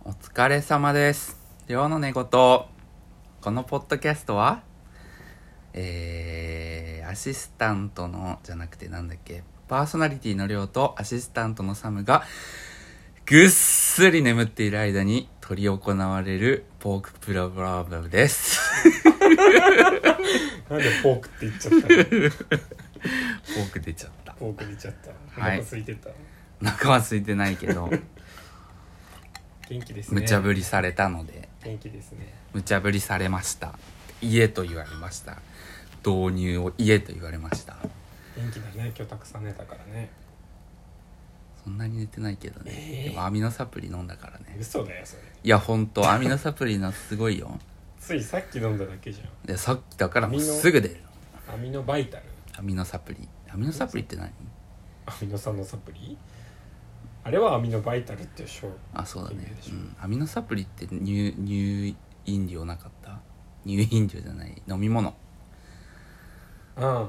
お疲れ様です。寮の寝言。このポッドキャストはアシスタントのじゃなくてなんだっけ、パーソナリティの寮とアシスタントのサムがぐっすり眠っている間に執り行われるポークプログラムです。 なんでポークって言っちゃったの？ ポーク出ちゃった。 ポーク出ちゃった。おはい腹空いてた。 お腹は空いてないけど元気ですね。 無茶ぶりされたので、 元気ですね。 無茶ぶりされました。家と言われました。導入を家と言われました。 元気だね。今日たくさん寝たからね。 そんなに寝てないけどね、でもアミノサプリ飲んだからね。 嘘だよそれ。 いやほんとアミノサプリのすごいよ。 ついさっき飲んだだけじゃん。 でさっきだからもうすぐ出るの。 アミノバイタル。 アミノサプリ。アミノサプリって何？ アミノ酸のサプリ？あれはアミノバイタルっていう商あ、そうだね、 でしょ。 アミノサプリって乳飲料なかった？乳飲料じゃない飲み物うん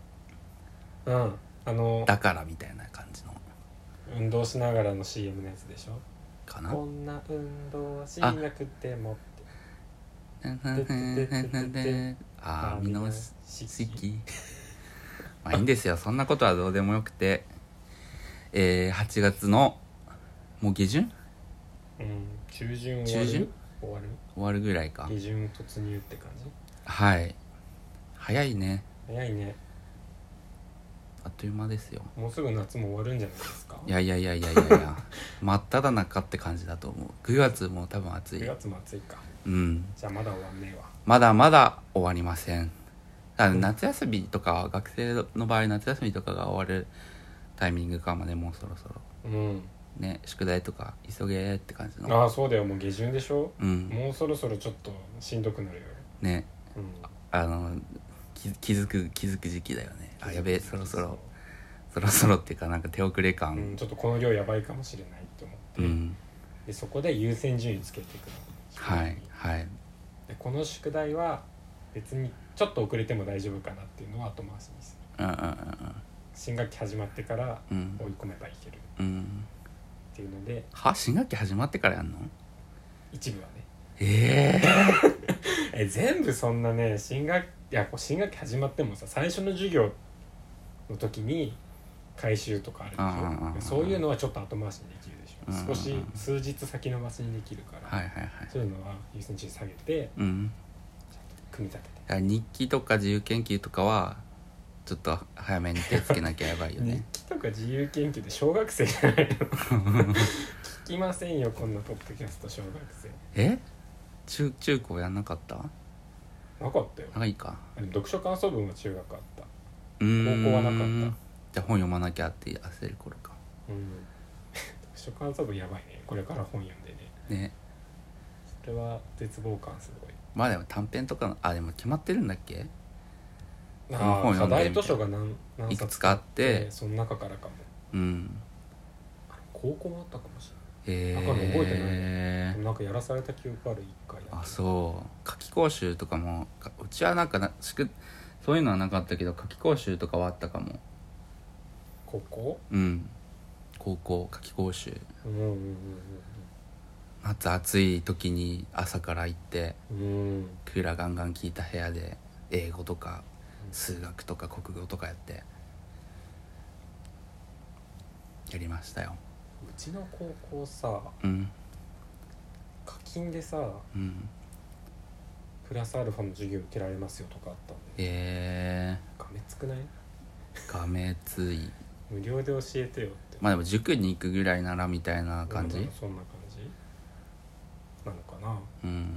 だからみたいな感じの運動しながらの CM のやつでしょ。 かな。 こんな運動はしなくてもアミノ式まあいいんですよ、そんなことはどうでもよくて、8月のもう下旬、 中旬終わるぐらいか。 下旬突入って感じ。 はい、早いね。 早いね。 あっという間ですよ。 もうすぐ夏も終わるんじゃないですか。 いや真っ只中って感じだと思う。9月も多分暑い。 9月も暑いか。 うん、 じゃあまだ終わんねえわ。 まだまだ終わりません。だから夏休みとか、学生の場合夏休みとかが終わるタイミングかもね。もうそろそろね、宿題とか急げーって感じの。 ああそうだよ、もう下旬でしょ。 もうそろそろちょっとしんどくなるよ。 ね、気づく時期だよね。あ、やべえ、そろそろっていうかなんか手遅れ感、 ちょっとこの量やばいかもしれないと思って、でそこで優先順位つけていくの。 はいでこの宿題は別にちょっと遅れても大丈夫かなっていうのは後回しにする。新学期始まってから追い込めばいけるっていうので、 新学期始まってからやんの？ 一部はね全部そんなね、新学期始まってもさ、最初の授業の時に回収とかあるでしょ。そういうのはちょっと後回しにできるでしょ。少し数日先延ばしにできるから、そういうのは優先順位下げて、組み立てて。 日記とか自由研究とかはちょっと早めに手つけなきゃやばいよね。 日記とか自由研究で小学生じゃないの聞きませんよこんなポッドキャスト。小学生中高やんなかった？ なかったよ。 ないか。 読書感想文は中学あった。 高校はなかった。 じゃあ本読まなきゃって焦る頃か。 読書感想文やばいね。これから本読んでね。それは絶望感すごい。 まあでも短編とかのでも決まってるんだっけ？ 課題図書が何いくつかあって、 その中からかも。高校もあったかもしれない。覚えてない。なんかやらされた記憶ある。1回。 あ、そう夏期講習とかもうちはなんかそういうのはなかったけど夏期講習とかはあったかも。 高校夏期講習、夏暑い時に朝から行って、クーラーガンガン効いた部屋で英語とか数学とか国語とかやりましたよ。 うちの高校さ、課金でさ、プラスアルファの授業受けられますよとかあったんで。がめつくない？ がめつい。 無料で教えてよって。 まあでも塾に行くぐらいならみたいな感じ。 そんな感じなのかな。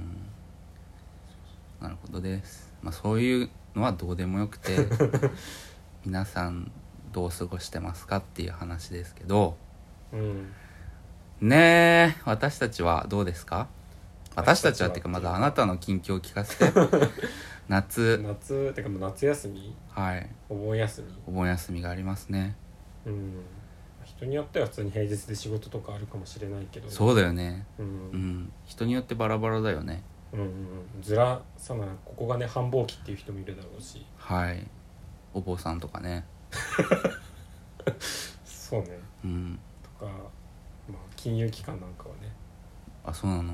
なるほどです。まあそういうのはどうでもよくて皆さんどう過ごしてますかっていう話ですけど、ねえ、私たちはどうですか？私たちはっていうか、まだあなたの近況を聞かせて。夏ってかもう夏休み、お盆休みがありますね。人によっては普通に平日で仕事とかあるかもしれないけど、 そうだよね。人によってバラバラだよね。 ずらさな、ここがね繁忙期っていう人もいるだろうし、 お坊さんとかねそうね、とか、金融機関なんかはね、 あ、そうなの？うん。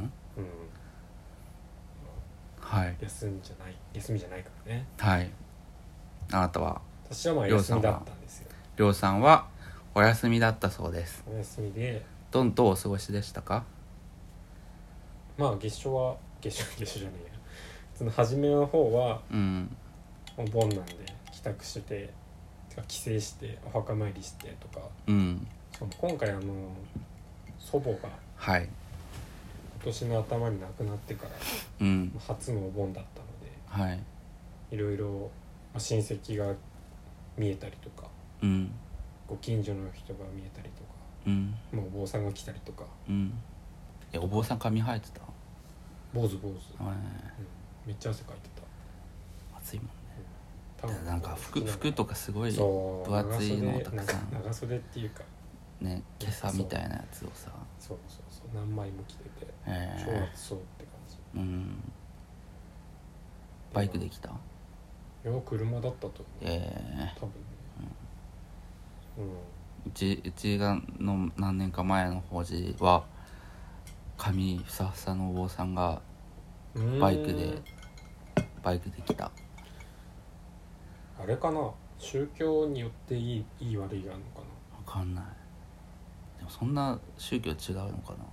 はい。 休みじゃないからね。 はい。あなたは？ 私はまあ休みだったんですよ。 りょうさんはお休みだったそうです。 お休みで、 どんとお過ごしでしたか？ まあ月初じゃねえや、その初めの方は、うん、お盆なんで帰宅して帰省してお墓参りしてとか、うん、今回祖母が、はい、今年の頭に亡くなってから、うん、初のお盆だったので、はい、いろいろ親戚が見えたりとか、うん、ご近所の人が見えたりとか、うん、お坊さんが来たりとか、 うん、お坊さん髪生えてた？ 坊主、うん、めっちゃ汗かいてた。 暑いもんね、うん、なんか服とかすごい分厚いのをたくさん、 長袖っていうかね、今朝みたいなやつをさ、 そう何枚も着てて、超暑そうって感じ。うん。 バイクで来た？ いや、車だったと思う。多分ね、 うちがの何年か前の法事は髪ふさふさのお坊さんがバイクで来た。 あれかな、宗教によっていい悪いがあるのかな。分かんない。でもそんな宗教違うのかな。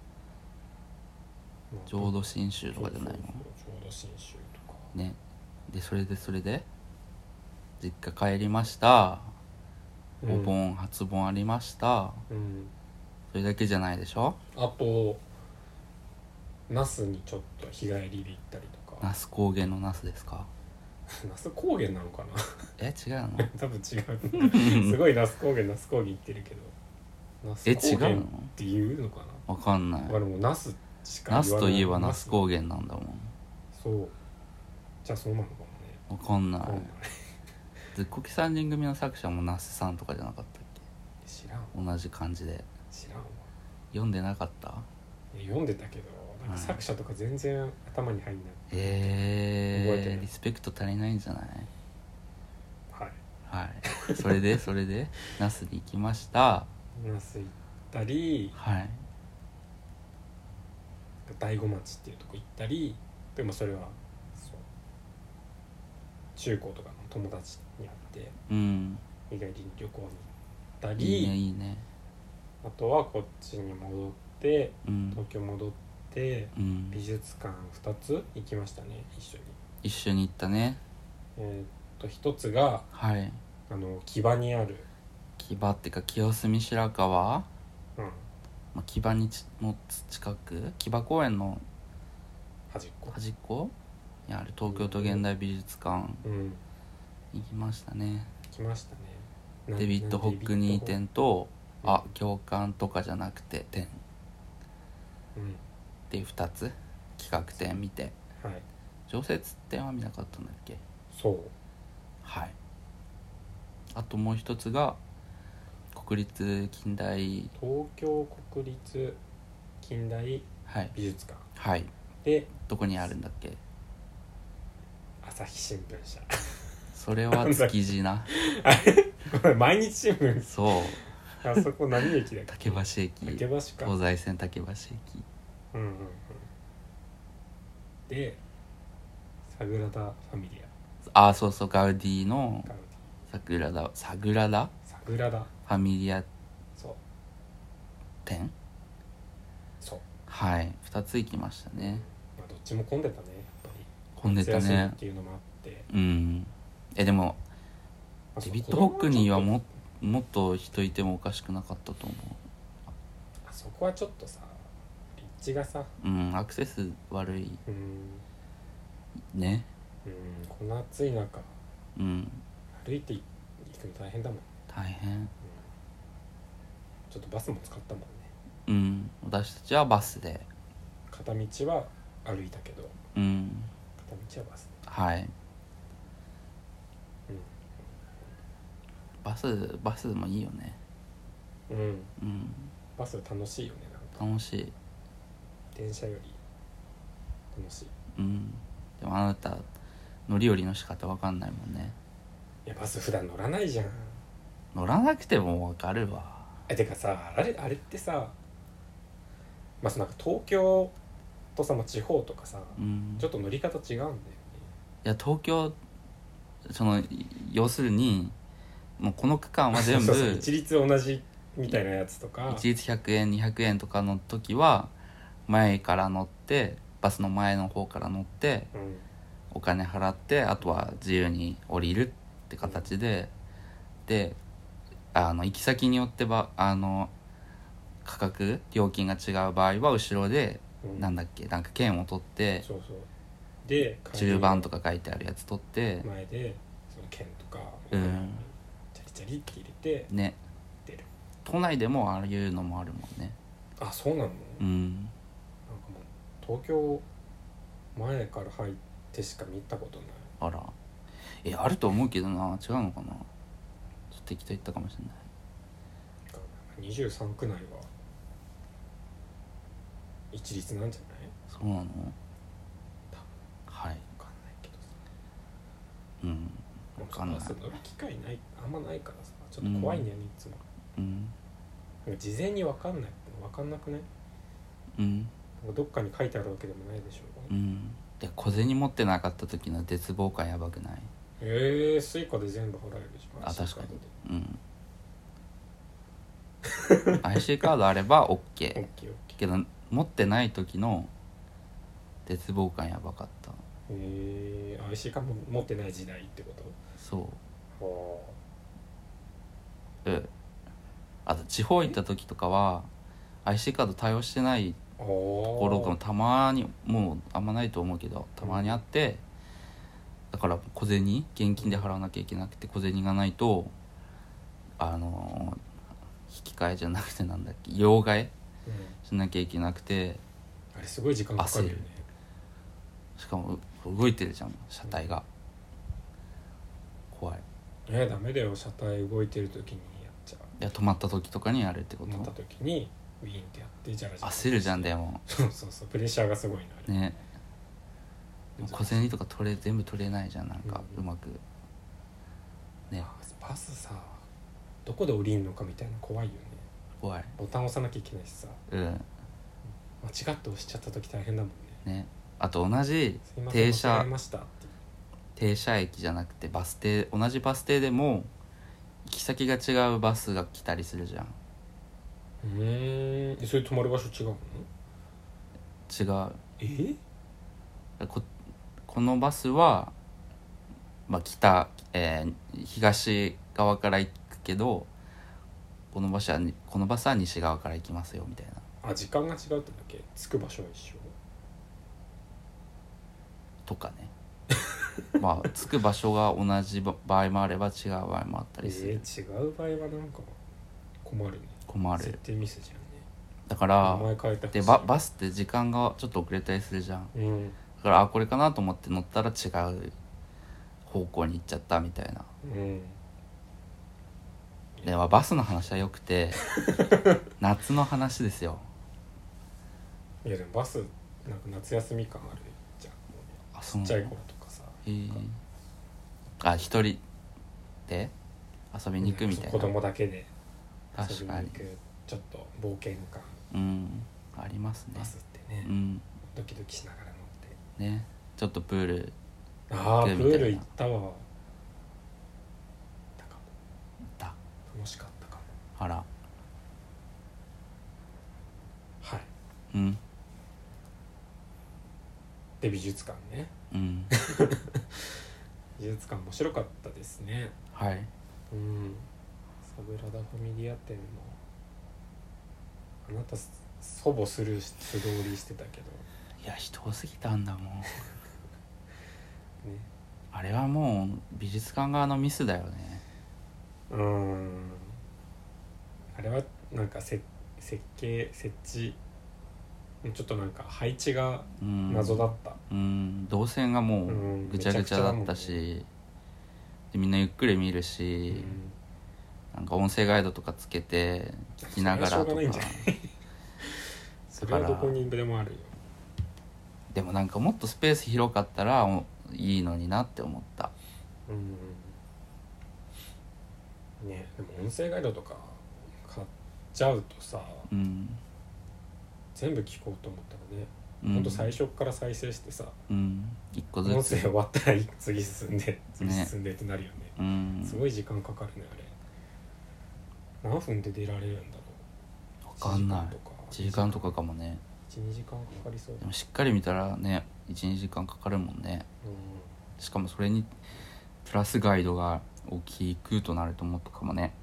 浄土真宗とかじゃないの？ 浄土真宗とかね。でそれで実家帰りました、お盆、初盆ありました、うん、それだけじゃないでしょ。 あと那須にちょっと日帰りで行ったりとか。 那須高原の那須ですか？ 那須高原なのかな違うの？ 多分違うすごい那須高原行ってるけど、那須高原っていうのかな。 分かんない。 もう那須しか言わない。 那須といえば那須高原なんだもん。 そう、じゃあそうなのかもね。 分かんない。ずっこき3人組の作者も那須さんとかじゃなかったっけ？ 知らん。 同じ感じで。 知らんわ。 読んでなかった？ 読んでたけど、なんか作者とか全然頭に入んない。覚えてない。リスペクト足りないんじゃない？はい。それで那須に行きました。 那須行ったり、はい、大子町っていうとこ行ったり。でもそれは中高とかの友達に会って、うん、日帰り旅行に行ったり、 いいね。 あとはこっちに戻って、東京戻って、美術館2つ行きましたね。 一緒に行ったね。 一つが、はい、木場にある、 木場ってか清澄白河、木場の近く、木場公園の端っこにある東京都現代美術館、行きましたね。デビッド・ホックニー展と、行間とかじゃなくて展、っていう2つ企画展見て、はい、常設展は見なかったんだっけ。 そう、 はい。あともう一つが国立近代、 東京国立近代美術館、 はい、でどこにあるんだっけ。 朝日新聞社それは築地なこれ毎日新聞。 そう、 あそこ何駅だっけ。 竹橋駅。 竹橋か。 東西線竹橋駅。 でサグラダ・ファミリア。 そう、ガウディのサグラダファミリア展。 そう、 はい、2つ行きましたね。 どっちも混んでたね。やっぱり混んでたねっていうのもあって、 でもデビッド・ホックニーはもっと人いてもおかしくなかったと思う。 あそこはちょっとさ、立地がさ、 アクセス悪いね。 こんな暑い中、歩いて行くの大変だもん。 大変、 ちょっとバスも使ったもんね。私たちはバスで、 片道は歩いたけど、片道はバスで。 はい、バスもいいよね。 バス楽しいよね。なんか楽しい。 電車より楽しい。 でもあなた乗り降りの仕方わかんないもんね。 いや、バス普段乗らないじゃん。 乗らなくてもわかるわ。 てかさ、あれってさ、 まあなんか東京とさ、まあ、地方とかさ、ちょっと乗り方違うんだよね。 いや東京要するにもうこの区間は全部そうそう一律同じみたいなやつとか、 一律100円200円とかの時は前から乗ってバスの前の方から乗って、お金払ってあとは自由に降りるって形で、で行き先によって価格料金が違う場合は後ろで、なんだっけなんか券を取って、 そうそうで 10番とか書いてあるやつ取って前でその券とかチャリチャリって入れてね、 出る。 都内でもああいうのもあるもんね。 あ、そうなの？なんかもう東京前から入ってしか見たことない。 あら、あると思うけどな、違うのかな、ちょっと適当言ったかもしれない。 23区内は一律なんじゃない？ そうなの？はい、 分かんないけどさ。分かんない。乗る機会ないあんまないからさ、ちょっと怖いんだよね、いつも。なんか事前に分かんないって分かんなくね？なんかどっかに書いてあるわけでもないでしょ。 で小銭持ってなかった時の絶望感やばくない？ スイカで全部払えるじゃん。 あ、確かに。IC カードあれば OK けど持ってない時の絶望感やばかった。 IC カード持ってない時代ってこと？ そう。あと地方行った時とかは IC カード対応してないところがたまに、もうあんまないと思うけどたまにあって、だから小銭現金で払わなきゃいけなくて、小銭がないと引き換えじゃなくてなんだっけ両替しなきゃいけなくて、 あれすごい時間かかるよね。 しかも動いてるじゃん車体が、怖い。 ダメだよ、車体動いてる時にやっちゃう。 いや止まった時とかにやるってこと？ 止まった時にウィーンってやってジャラジャラ焦るじゃん。でもそうプレッシャーがすごいなね。小銭とか全部取れないじゃん、なんかうまくね。 バスさどこで降りんのかみたいな怖いよね。 怖い。 ボタン押さなきゃいけないしさ、間違って押しちゃった時大変だもんね。 あと同じ停車駅じゃなくてバス停、同じバス停でも行き先が違うバスが来たりするじゃん。 それ止まる場所違うの？ 違う。このバスは、東側から行くけどこのバスは西側から行きますよみたいな。 時間が違うってだけ？着く場所は一緒とかね。着く場所が同じ場合もあれば違う場合もあったりする。 違う場合はなんか困るね。設定ミスじゃんね。 だからでバスって時間がちょっと遅れたりするじゃん、だからこれかなと思って乗ったら違う方向に行っちゃったみたいな。でバスの話はよくて夏の話ですよ。 いやでもバスなんか夏休み感あるじゃん。ちっちゃい頃とかさ、 一人で遊びに行くみたいな、 子供だけで遊びに確かに行くちょっと冒険感、 ありますね。 バスってね、ドキドキしながら乗ってね。ちょっとプールプール行ったわ。楽しかったかも。 あら。 はい。で美術館ね。美術館面白かったですね。 はい。 サグラダ・ファミリア展のあなたほぼ素通りしてたけど、 いや人多すぎたんだもんね。 あれはもう美術館側のミスだよね。 あれはなんか設置ちょっとなんか配置が謎だった。 動線がもうぐちゃぐちゃだったし、でみんなゆっくり見るし、なんか音声ガイドとかつけて聞きながらとか。 それはどこにでもあるよ。 でもなんかもっとスペース広かったらいいのになって思った。 ね、でも音声ガイドとか買っちゃうとさ、全全部聞こうと思ったらね、ほんと最初から再生してさ、 一個ずつ音声終わったら次進んで次進んでってなるよね。すごい時間かかるねあれ。何分で出られるんだろう。分かんない。1時間とかかもね。 1、2時間かかりそう。 でもしっかり見たらね 1,2 時間かかるもんね。しかもそれにプラスガイドが大きくとなると思ったかもね。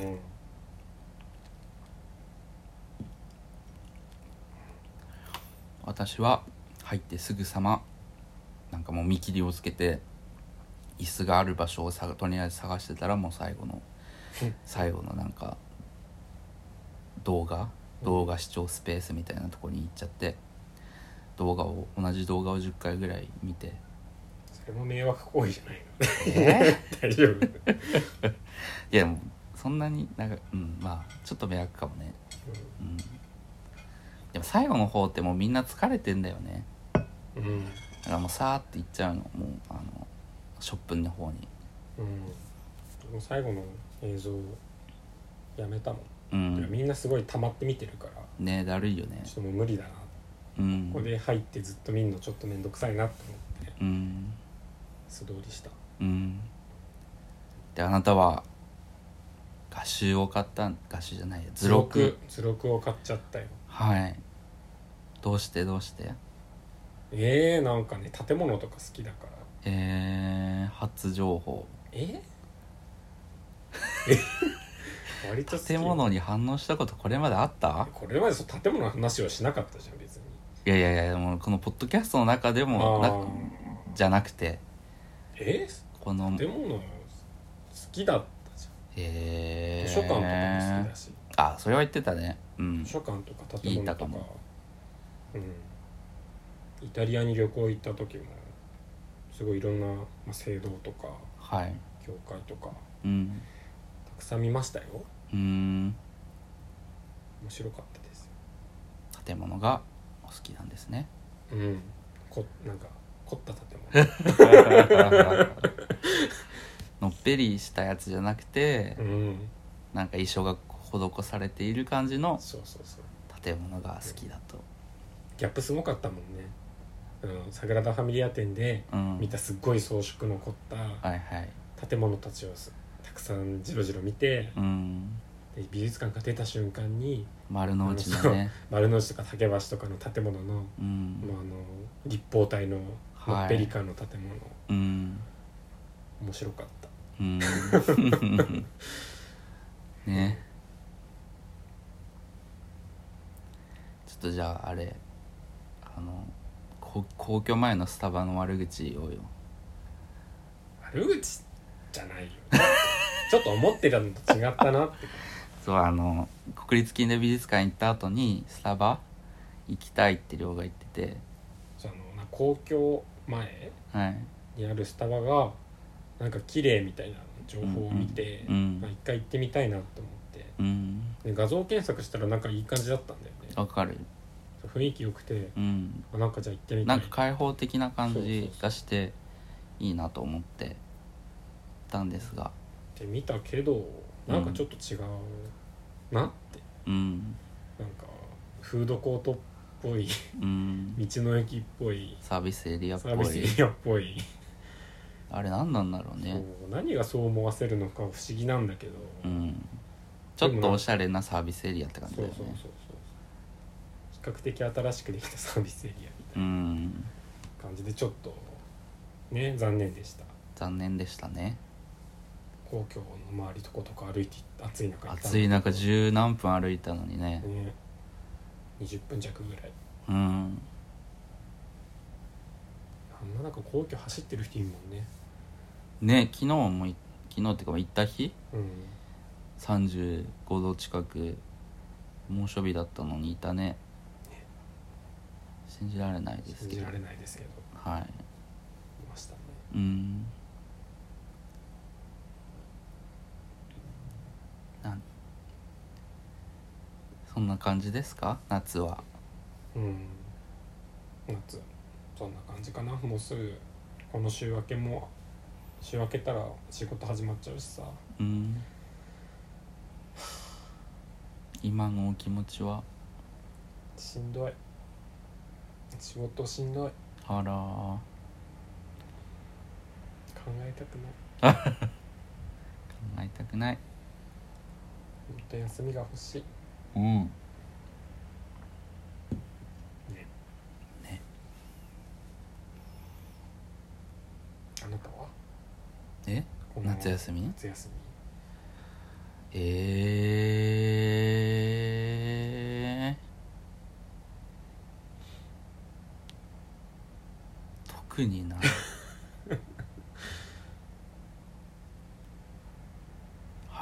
私は入ってすぐさまなんかもう見切りをつけて椅子がある場所をとりあえず探してたら、もう最後のなんか動画視聴スペースみたいなところに行っちゃって、同じ動画を10回ぐらい見て。 それも迷惑行為じゃないの？大丈夫？ いやもうそんなになんかまあちょっと迷惑かもね。でも最後の方ってもうみんな疲れてんだよね。だからもうさーって行っちゃうの、もうショップの方に。 もう最後の映像やめたもん。みんなすごい溜まって見てるからね。だるいよね。 ちょっともう無理だな。ここで入ってずっと見るのちょっとめんどくさいなって思って素通りした。 であなたは画集を買った画集じゃないや図録を買っちゃったよ。 はい。どうしてなんかね建物とか好きだから。 初情報。 割と好き。 建物に反応したことこれまであった？ これまで建物の話はしなかったじゃん別に。 いやもうこのポッドキャストの中でもじゃなくてこの建物好きだったじゃん。図書館とかも好きだし。 それは言ってたね。 図書館とか建物とかイタリアに旅行行った時もすごいいろんな聖堂とか、教会とか、たくさん見ましたよ。面白かったです。 建物がお好きなんですね。 なんか凝った建物のっぺりしたやつじゃなくて、なんか衣装が施されている感じの建物が好きだと。 ギャップすごかったもんね。サグラダ・ファミリア展で見たすっごい装飾の凝った建物たちをたくさんじろじろ見て、で美術館が出た瞬間に丸の内のね丸の内とか竹橋とかの建物の、立方体ののっぺり感の建物、面白かったね。ちょっとじゃあ皇居前のスタバの悪口言おうよ。 悪口じゃないよちょっと思ってたのと違ったなってそう国立近代美術館行った後にスタバ行きたいって亮が言ってて、 皇居前にあるスタバがなんか綺麗みたいな情報を見て、一回行ってみたいなと思って、で画像検索したらなんかいい感じだったんだよね。 わかる。 雰囲気良くて、なんかじゃあ行ってみたい。 なんか開放的な感じがしていいなと思ってたんですが、 で見たけどなんかちょっと違うなって、なんかフードコートっぽい道の駅っぽいサービスエリアっぽいあれ何なんだろうね。 何がそう思わせるのか不思議なんだけど、 ちょっとおしゃれなサービスエリアって感じだよね。 比較的新しくできたサービスエリアみたいな感じでちょっとね残念でした。 残念でしたね。 皇居の周りとことか歩いて暑い中十何分歩いたのにね、 20分弱ぐらい。あんな中皇居走ってる人いるもんね。 昨日ってか行った日、35度近く猛暑日だったのにいたね。信じられないですけど。 いましたね。 そんな感じですか、夏は。 夏そんな感じかな。もうすぐこの週明けたら仕事始まっちゃうしさ。 今のお気持ちは？ しんどい、仕事しんどい、 あら考えたくない考えたくない。 もっと休みが欲しい。 うんね。 ね。 あなたは夏休み？ 夏休み特にないはい、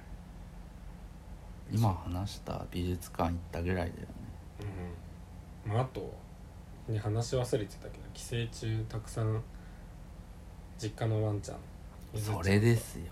今話した美術館行ったぐらいだよね。 うん、まああとに話し忘れてたけど、帰省中たくさん実家のワンちゃんそれですよ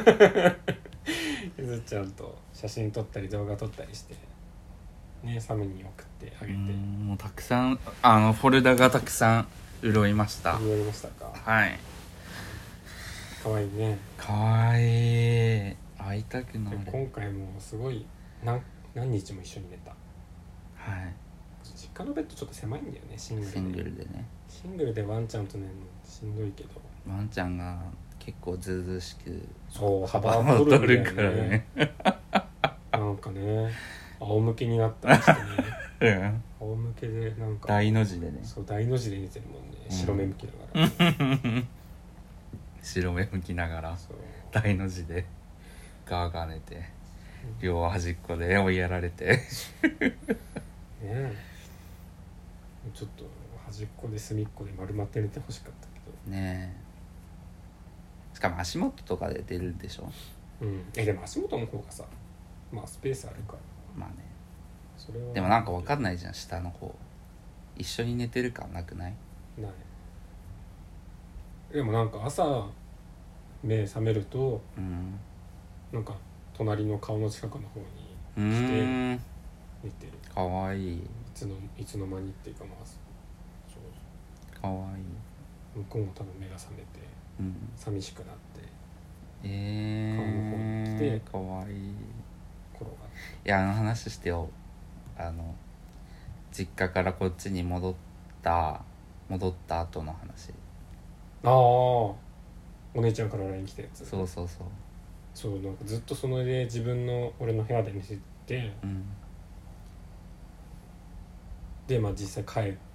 ゆずちゃんと写真撮ったり動画撮ったりしてね、サムに送ってあげて、 もうたくさんフォルダがたくさん潤いました。 潤いましたか。 はい、 かわいいね。 かわいい、会いたくなる。 今回もすごい何日も一緒に寝た。 はい、 実家のベッドちょっと狭いんだよね、シングルでね。 シングルでワンちゃんと寝るのしんどいけど、 ワンちゃんが結構ずうずうしくそう幅を取るからねなんかね、仰向けになったりしてね仰向けでなんか大の字でね。 そう大の字で寝てるもんね、白目向きながら白目向きながら大の字でガーガー寝て、両端っこで追いやられてねえ、ちょっと端っこで隅っこで丸まって寝てほしかったけどねえ。しかも足元とかで出るんでしょ。 でも足元の方がさ、まあスペースあるから、 まあね。 それはでもなんか分かんないじゃん、下の方一緒に寝てる感なくない？ ない。でもなんか朝目覚めると、なんか隣の顔の近くの方に来て寝てる。 かわいい。 いつの間にっていうか、まあそうかわいい。 向こうも多分目が覚めて、寂しくなって顔の方に来てかわいい。 転がって。 いや、話してよ。実家からこっちに戻った後の話。 ああ、お姉ちゃんから LINE 来たやつ。 そうなんかずっとそれで俺の部屋で寝てて、でまあ実際帰って、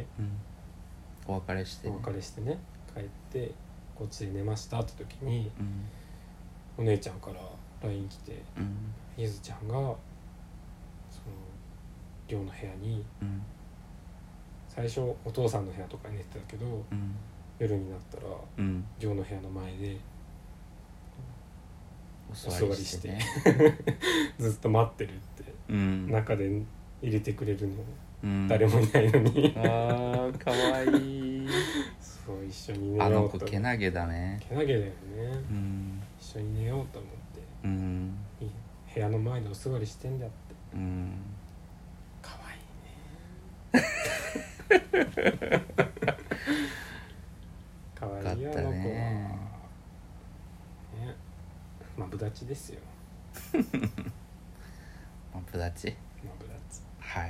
お別れしてね、帰ってこっちで寝ましたって時に、お姉ちゃんから LINE 来て、ゆずちゃんがその寮の部屋に、最初お父さんの部屋とかに寝てたけど、夜になったら、寮の部屋の前でお座りして、ずっと待ってるって、中で入れてくれるの、誰もいないのにあーかわいいそう一緒に寝ようと。 あの子けなげだね。 けなげだよね、一緒に寝ようと思って、部屋の前でお座りしてんだって。かわいいねかわいいよ、あの子はね。マブダチですよマブダチ。はい。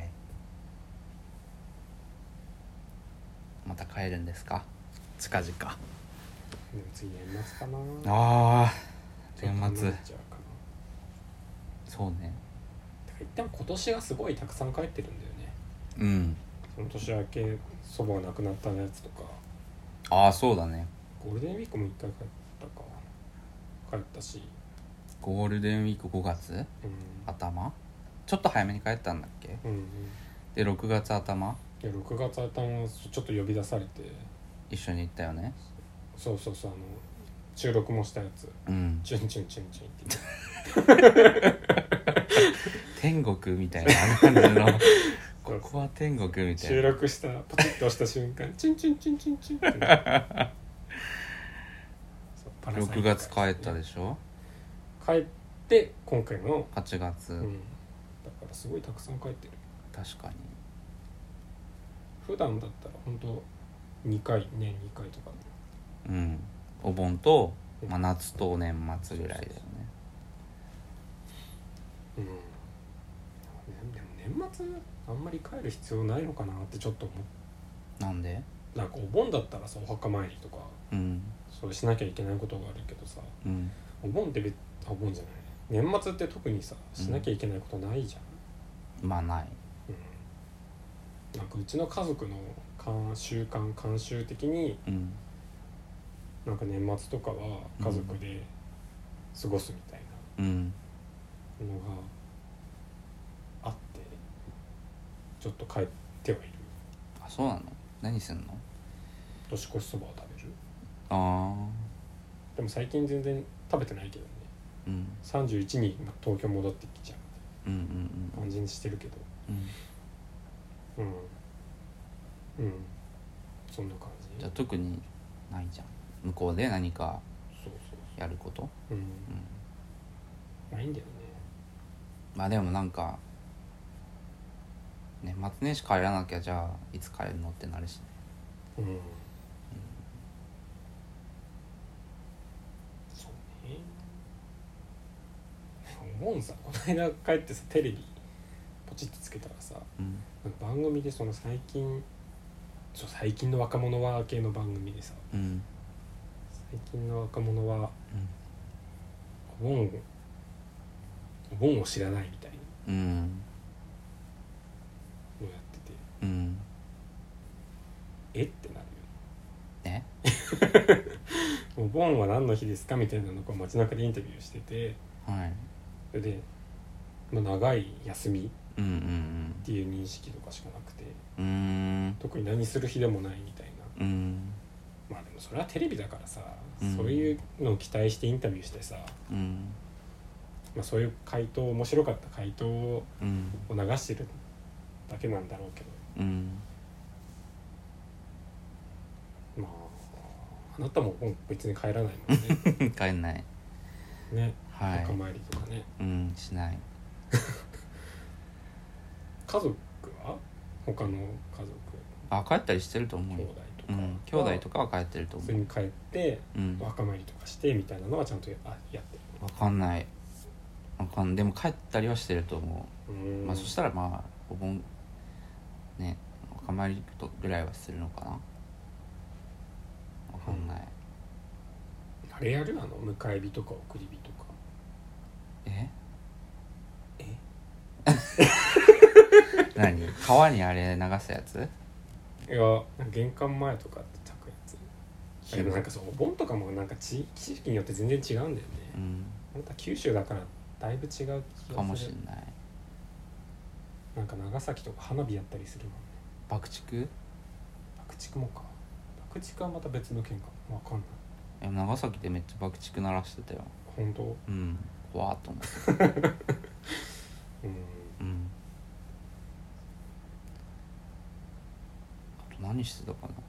また帰るんですか、近々。でも次年末かな。 年末。そうね。 一旦今年がすごいたくさん帰ってるんだよね。その年明け祖母が亡くなったやつとか。 そうだね。 ゴールデンウィークも1回帰ったか。帰ったし。 ゴールデンウィーク5月、頭ちょっと早めに帰ったんだっけ。で6月頭。 いや6月頭ちょっと呼び出されて一緒に行ったよね。 そう収録もしたやつ、チュンチュンチュンチュンって天国みたいな感じのここは天国みたいな。 収録したポチッと押した瞬間チュンチュンチュンチュンチュンって 6月帰ったでしょ。 帰って今回の 8月、だからすごいたくさん帰ってる。 確かに。 普段だったら本当2回年2回とか。 お盆と、夏と年末ぐらいだよね。 でも年末あんまり帰る必要ないのかなってちょっと思う。なんで？ なんかお盆だったらさお墓参りとか、そうしなきゃいけないことがあるけどさ、お盆ってお盆じゃない年末って特にさしなきゃいけないことないじゃん。 まあない。 なんかうちの家族の慣習的に、なんか年末とかは家族で過ごすみたいなのがあって、ちょっと帰ってはいる。 あ、そうなの？何すんの？ 年越しそばを食べる。 あでも最近全然食べてないけどね、31に東京戻ってきちゃう感じにしてるけど、そんな感じ。 じゃあ特にないじゃん、向こうで何かやること。 ないんだよね。 まあでもなんか年末年始帰らなきゃじゃあいつ帰るのってなるしね。 そうね。思うさ、この間帰ってさテレビポチッとつけたらさ、なんか番組でその最近の若者は系の番組でさ、最近の若者は、お盆を知らないみたいなのやってて、えってなるよね。お盆は何の日ですかみたいなのを街中でインタビューしてて、それで、長い休みっていう認識とかしかなくて、特に何する日でもないみたいな。まあでもそれはテレビだからさ、そういうのを期待してインタビューしてさ、そういう面白かった回答を流してるだけなんだろうけど、あなたも別に帰らないもんね。 帰んないね、墓参りとかね。 しない。 家族は他の家族帰ったりしてると思う。兄弟とかは帰ってると思う。 普通に帰って、お墓参りとかしてみたいなのはちゃんとやってる。 わかんない。でも帰ったりはしてると思う。そしたらお盆ね、お墓参りぐらいはするのかな。わかんない。 あれやる？迎え火とか送り火とか。 何？川にあれ流すやつ？ いや、玄関前とかって炊くやつ。でもなんかお盆とかもなんか地域によって全然違うんだよね。あんた九州だからだいぶ違う気がするかもしれない。 なんか長崎とか花火やったりするもんね。 爆竹もか。爆竹はまた別の県かも。わかんない。 長崎でめっちゃ爆竹鳴らしてたよ。 本当？ 怖っと思って。あと何してたかな。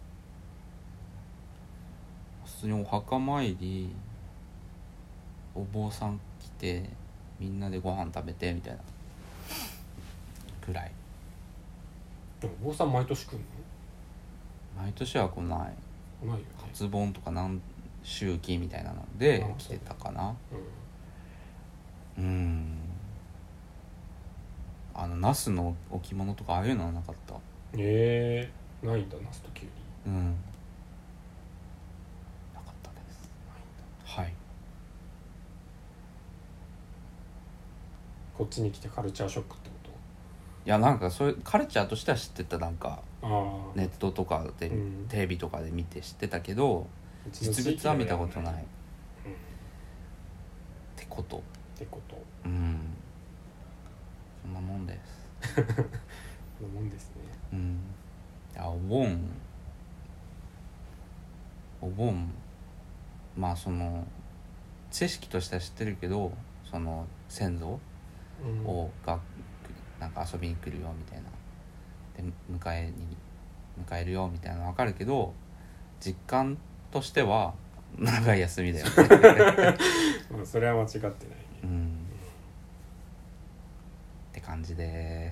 普通にお墓参り、お坊さん来てみんなでご飯食べてみたいなくらい。 お坊さん毎年来るの？ 毎年は来ない。 来ないよね。 初盆とか何周期みたいなので来てたかな。ナスの置物とかああいうのはなかった。 ないんだ、ナスとキュウリ。 なかったです。はい。 こっちに来てカルチャーショックってこと？ いや、なんかそういうカルチャーとしては知ってた。なんかネットとかで、テレビとかで見て知ってたけど、実物は見たことない。ってこと。そんなもんです。 そんなもんですね。 お盆その知識としては知ってるけど、その先祖がなんか遊びに来るよみたいなで迎えるよみたいなの分かるけど、実感としては長い休みだよね。 それは間違ってないね。 って感じです。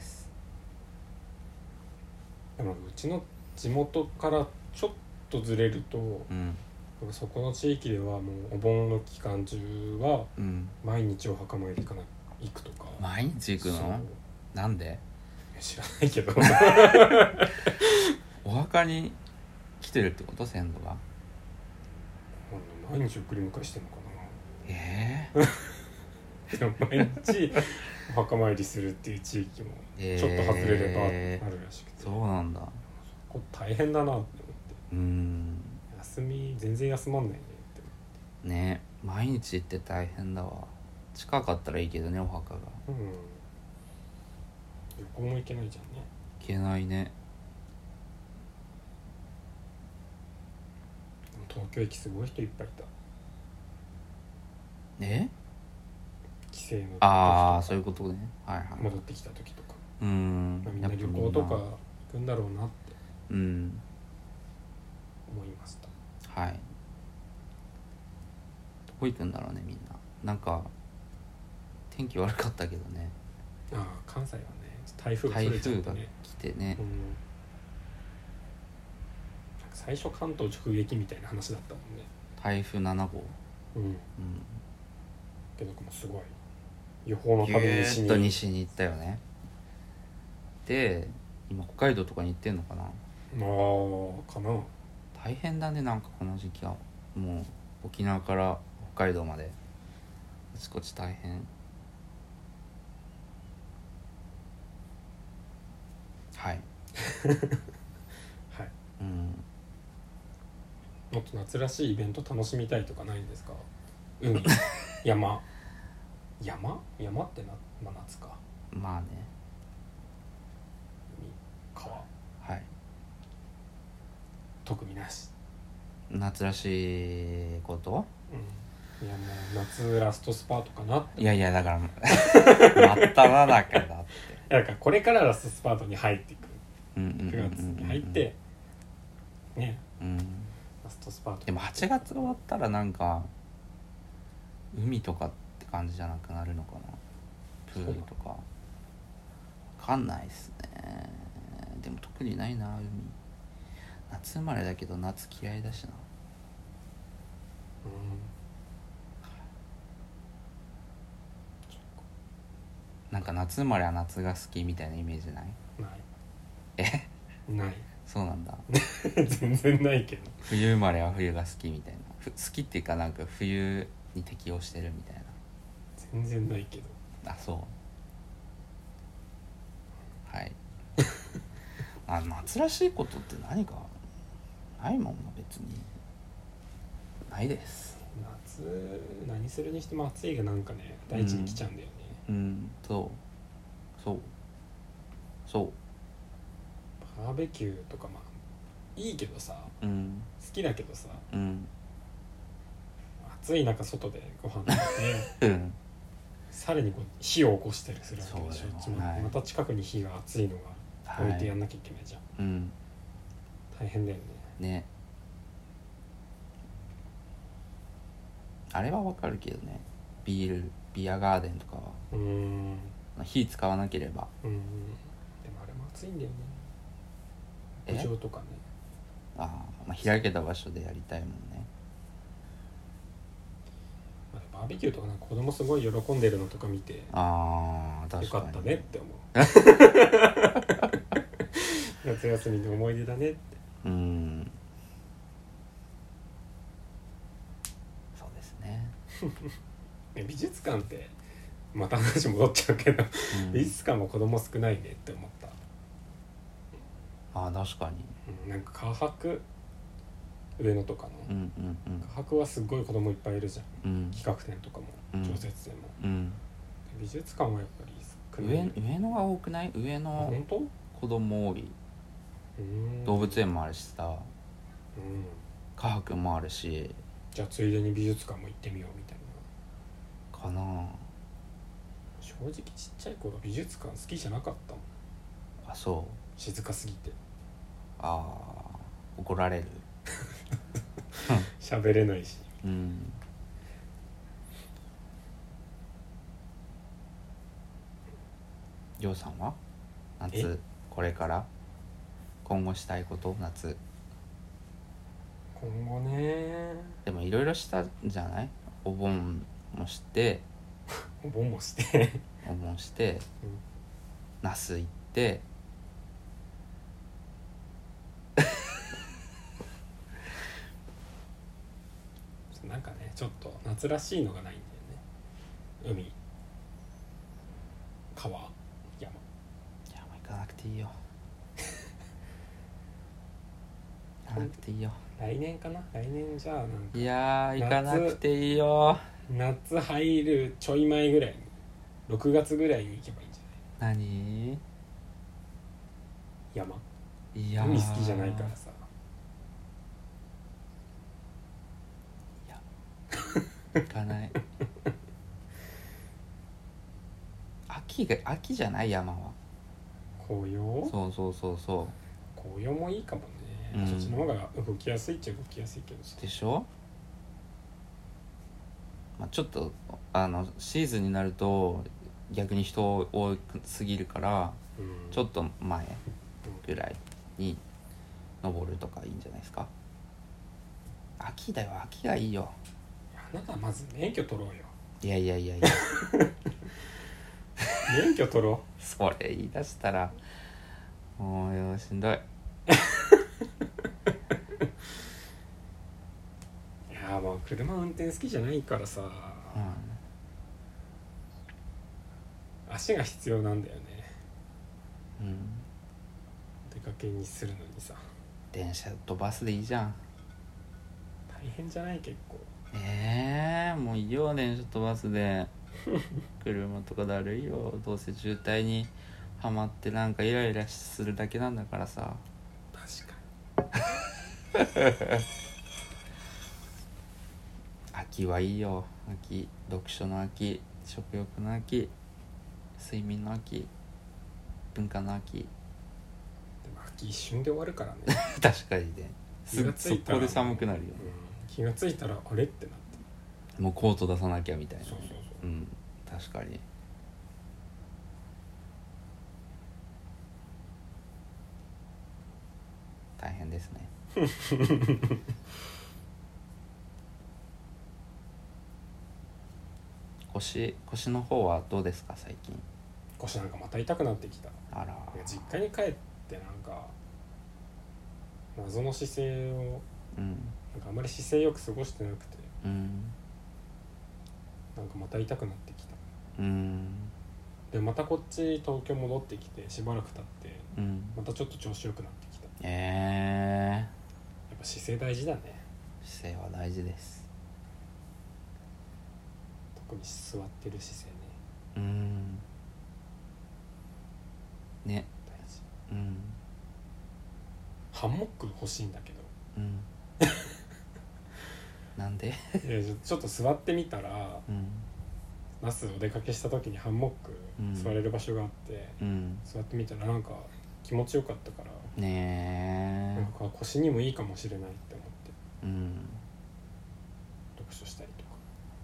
でもうちの地元からちょっとずれると、そこの地域ではもうお盆の期間中は毎日お墓参り行くとか。 毎日行くの？なんで？ 知らないけどお墓に来てるってこと？先祖が毎日送り迎えしてんのかな。でも毎日お墓参りするっていう地域もちょっと外れればあるらしくて、 そうなんだ。 これ大変だなって思って。休み全然休まんないねって思ってね。毎日行って大変だわ。近かったらいいけどね、お墓が。 旅行も行けないじゃんね。 行けないね。 東京駅すごい人いっぱいいた。 帰省の時とか。ああ、そういうことね。はいはい。 戻ってきた時とか。 みんな旅行とか行くんだろうなって思いました。 はい。どこ行くんだろうね、みんな。なんか天気悪かったけどね。 関西はね、台風が来てね。最初関東直撃みたいな話だったもんね。 台風7号。 けどもすごい予報のために西に行ったよね。で今北海道とかに行ってんのかな。 かな。 大変だね。なんかこの時期はもう沖縄から北海道まであちこち大変。はいはい。もっと夏らしいイベント楽しみたいとかないんですか？海山って夏か。 まあね。 海川。 はい。 特になし。 夏らしいこと？ いやもう夏ラストスパートかなって。 いやだから真っただ中だって。 だからこれからラストスパートに入っていく。9月に入ってね。ラストスパート。 でも8月終わったらなんか海とかって感じじゃなくなるのかな。プールとか分かんないっすね。でも特にないな。海夏生まれだけど夏嫌いだしな。なんか夏生まれは夏が好きみたいなイメージない？ ない。 そうなんだ全然ないけど。 冬生まれは冬が好きみたいな。好きっていうかなんか冬に適応してるみたいな。 全然ないけど。 そうはい夏らしいことって何かないもんな。別にないです。 夏何するにしても暑いがなんかね大事に来ちゃうんだよね。 そうバーベキューとかいいけどさ、好きだけどさ、暑い中外でご飯食べて、さらに火を起こしたりするわけでしょ。また近くに火が熱いのが置いてやんなきゃいけないじゃん。大変だよね。あれはわかるけどね。ビアガーデンとかは火使わなければ。 でもあれも暑いんだよね。屋上とかね。 開けた場所でやりたいもんね。 バーベキューとかなんか子供すごい喜んでるのとか見て、 確かによかったねって思う。夏休みの思い出だねって。 そうですね。 美術館ってまた話戻っちゃうけど、美術館も子供少ないねって思った。 確かに。 なんか科博上野とかの、科博はすごい子供いっぱいいるじゃん。企画展とかも常設展も、美術館はやっぱり少ない。 上野が多くない？上野本当？ 子供多い。動物園もあるしさ、科博もあるし。 じゃあついでに美術館も行ってみようみたいなかな。 正直ちっちゃい頃美術館好きじゃなかったもん。 そう。 静かすぎて。 怒られる。 喋れないし。 りょうさんは夏これから今後したいこと？夏今後ね。 でもいろいろしたんじゃない？お盆もしてお盆もして那須行ってちょっと夏らしいのがないんだよね。海、川、山。 行かなくていいよ行かなくていいよ。 来年かな。来年じゃあなんか、 いやー行かなくていいよ。 夏入るちょい前ぐらいに、6月ぐらいに行けばいいんじゃない？ 何？ 山。 いやー海好きじゃないからさ。 いや行かない秋じゃない？山は紅葉。 そうそうそうそ紅葉もいいかもね、そっちの方が動きやすいっちゃ動きやすいけどさ。 うでしょ。まあ、ちょっとシーズンになると逆に人多すぎるから、ちょっと前ぐらいに登るとかいいんじゃないですか。秋だよ、秋がいいよ。 あなたまず免許取ろうよ。 いや免許取ろうそれ言い出したらもうしんどい。 いやもう車運転好きじゃないからさ、足が必要なんだよね。出かけにするのにさ。 電車とバスでいいじゃん。 大変じゃない？結構。 もういいよ、電車とバスで車とかだるいよ。どうせ渋滞にはまってなんかイライラするだけなんだからさ。 確かに秋はいいよ。秋、読書の秋、食欲の秋、睡眠の秋、文化の秋。 でも秋一瞬で終わるからね確かにね。 気がついたらそこで寒くなるよね、 気がついたらあれってなって、 もうコート出さなきゃみたいな。 そう確かに。大変ですね腰の方はどうですか最近？ 腰なんかまた痛くなってきた。 あら。 実家に帰ってなんか謎の姿勢を、なんかあまり姿勢よく過ごしてなくて、なんかまた痛くなってきた。でまたこっち東京戻ってきてしばらく経って、またちょっと調子よくなってきた。やっぱ姿勢大事だね。 姿勢は大事です。 特に座ってる姿勢ね。 大事。ハンモック欲しいんだけど、 なんで？ いやちょっと座ってみたら、那須お出かけした時にハンモック座れる場所があって、座ってみたらなんか気持ちよかったから、なんか腰にもいいかもしれないって思って、読書したりとか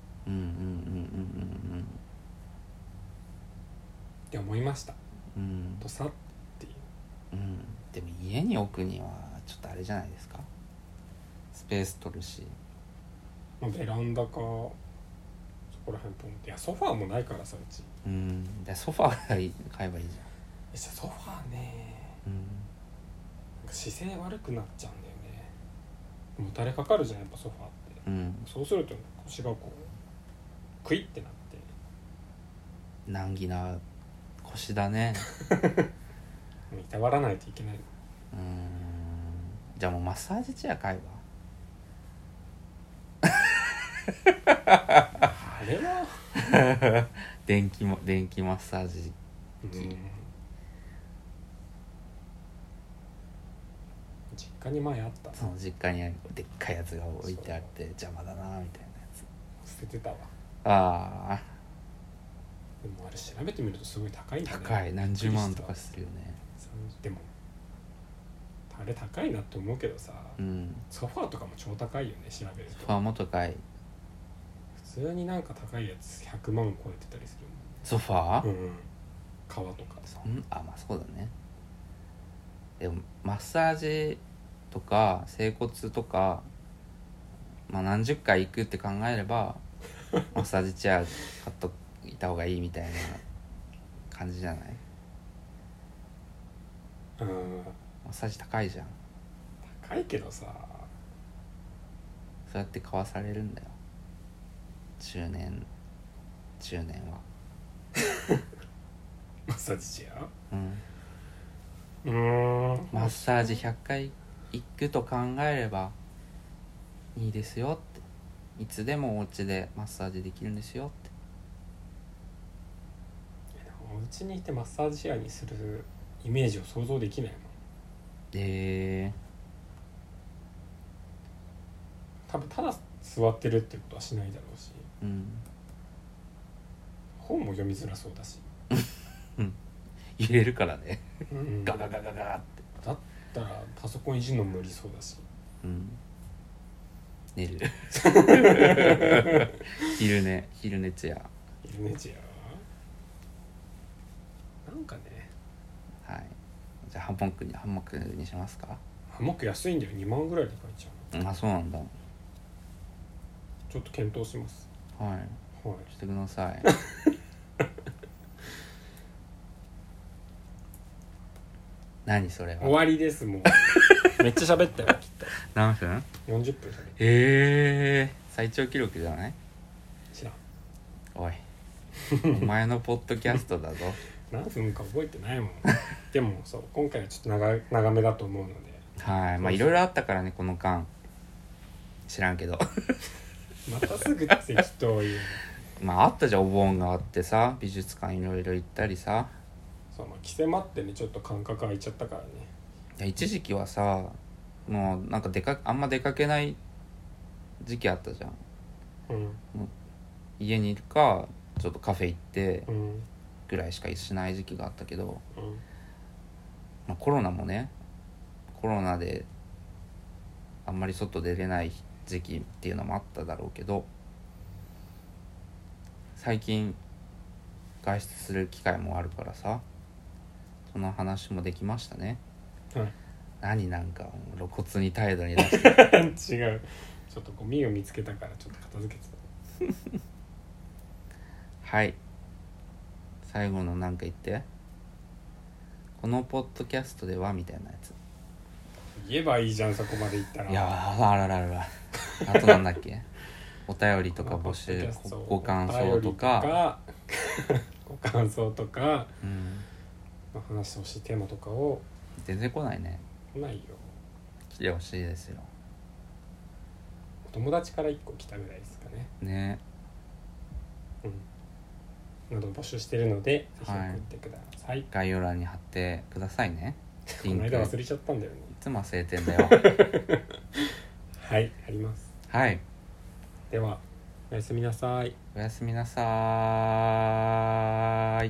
って思いました、とさっていう。 でも家に置くにはちょっとあれじゃないですか。スペース取るし、 ベランダかそこら辺ポンって。いやソファーもないからさ、うち。 でソファー買えばいいじソファーね、なんか姿勢悪くなっちゃうんだよね。もたれかかるじゃんやっぱソファーって、そうすると腰がこうクイッてなって。 難儀な腰だねもういたわらないといけない。 じゃあもうマッサージチェア買えばあれは電気マッサージ機、 実家に前あった。 その実家にでっかいやつが置いてあって邪魔だなみたいなやつ捨ててたわ。 ああでもあれ調べてみるとすごい高いんだね。 高い、何十万とかするよね。 でもあれ高いなって思うけどさ、ソファーとかも超高いよね調べると。 ソファーも高い。 普通になんか高いやつ100万超えてたりするもん。 ソファー？ 革とかさ。 まあそうだね。でもマッサージとか整骨とか、何十回行くって考えればマッサージチェア買っといた方がいいみたいな感じじゃない？マッサージ高いじゃん。 高いけどさ、 そうやって買わされるんだよ。 中年はマッサージチェア、 マッサージ100回行くと考えればいいですよって、いつでもお家でマッサージできるんですよって。 お家にいてマッサージチェアにするイメージを想像できないもん。多分ただ座ってるっていうことはしないだろうし、本も読みづらそうだし揺れるからね、 ガガガガガってだったらパソコンいじるの無理そうだし、 寝る昼寝チェアなんかね。 はい、じゃあハンモックにしますか。 ハンモック安いんだよ、2万ぐらいで買えちゃう。 あ、そうなんだ。 ちょっと検討します。 はい、してください何それは。 終わりです。もうめっちゃ喋ったよきっと。 何分 ？40分喋った。 最長記録じゃない？ 知らん。 おいお前のポッドキャストだぞ何分か覚えてないもんでもそう、今回はちょっと長めだと思うので、 はい、まあいろいろあったからねこの間。知らんけどまたすぐ適当言うまああったじゃん、お盆があってさ、美術館いろいろ行ったりさ。 そう、まあ、規制もあってね、ちょっと間隔空いちゃったからね。 いや一時期はさ、もうなんかあんま出かけない時期あったじゃん。もう家にいるかちょっとカフェ行ってぐらいしかしない時期があったけど、まあ、コロナであんまり外出れない時期っていうのもあっただろうけど、最近外出する機会もあるからさ、その話もできましたね。何なんか露骨に態度に出して違う、ちょっとゴミを見つけたからちょっと片付けてたはい、最後のなんか言って。このポッドキャストではみたいなやつ言えばいいじゃん、そこまで言ったら。 いやあらあとなんだっけお便りとか募集、ご感想とかご感想とか、話してほしいテーマとかを。 全然来ないね。 来ないよ。 来てほしいですよ。 お友達から1個来たぐらいですかね。 ね。 など募集しているので、ぜひ送ってください。 概要欄に貼ってくださいね。 この間忘れちゃったんだよね。 いつも忘れてんだよはい、あります。 はい、 ではおやすみなさい。 おやすみなさい。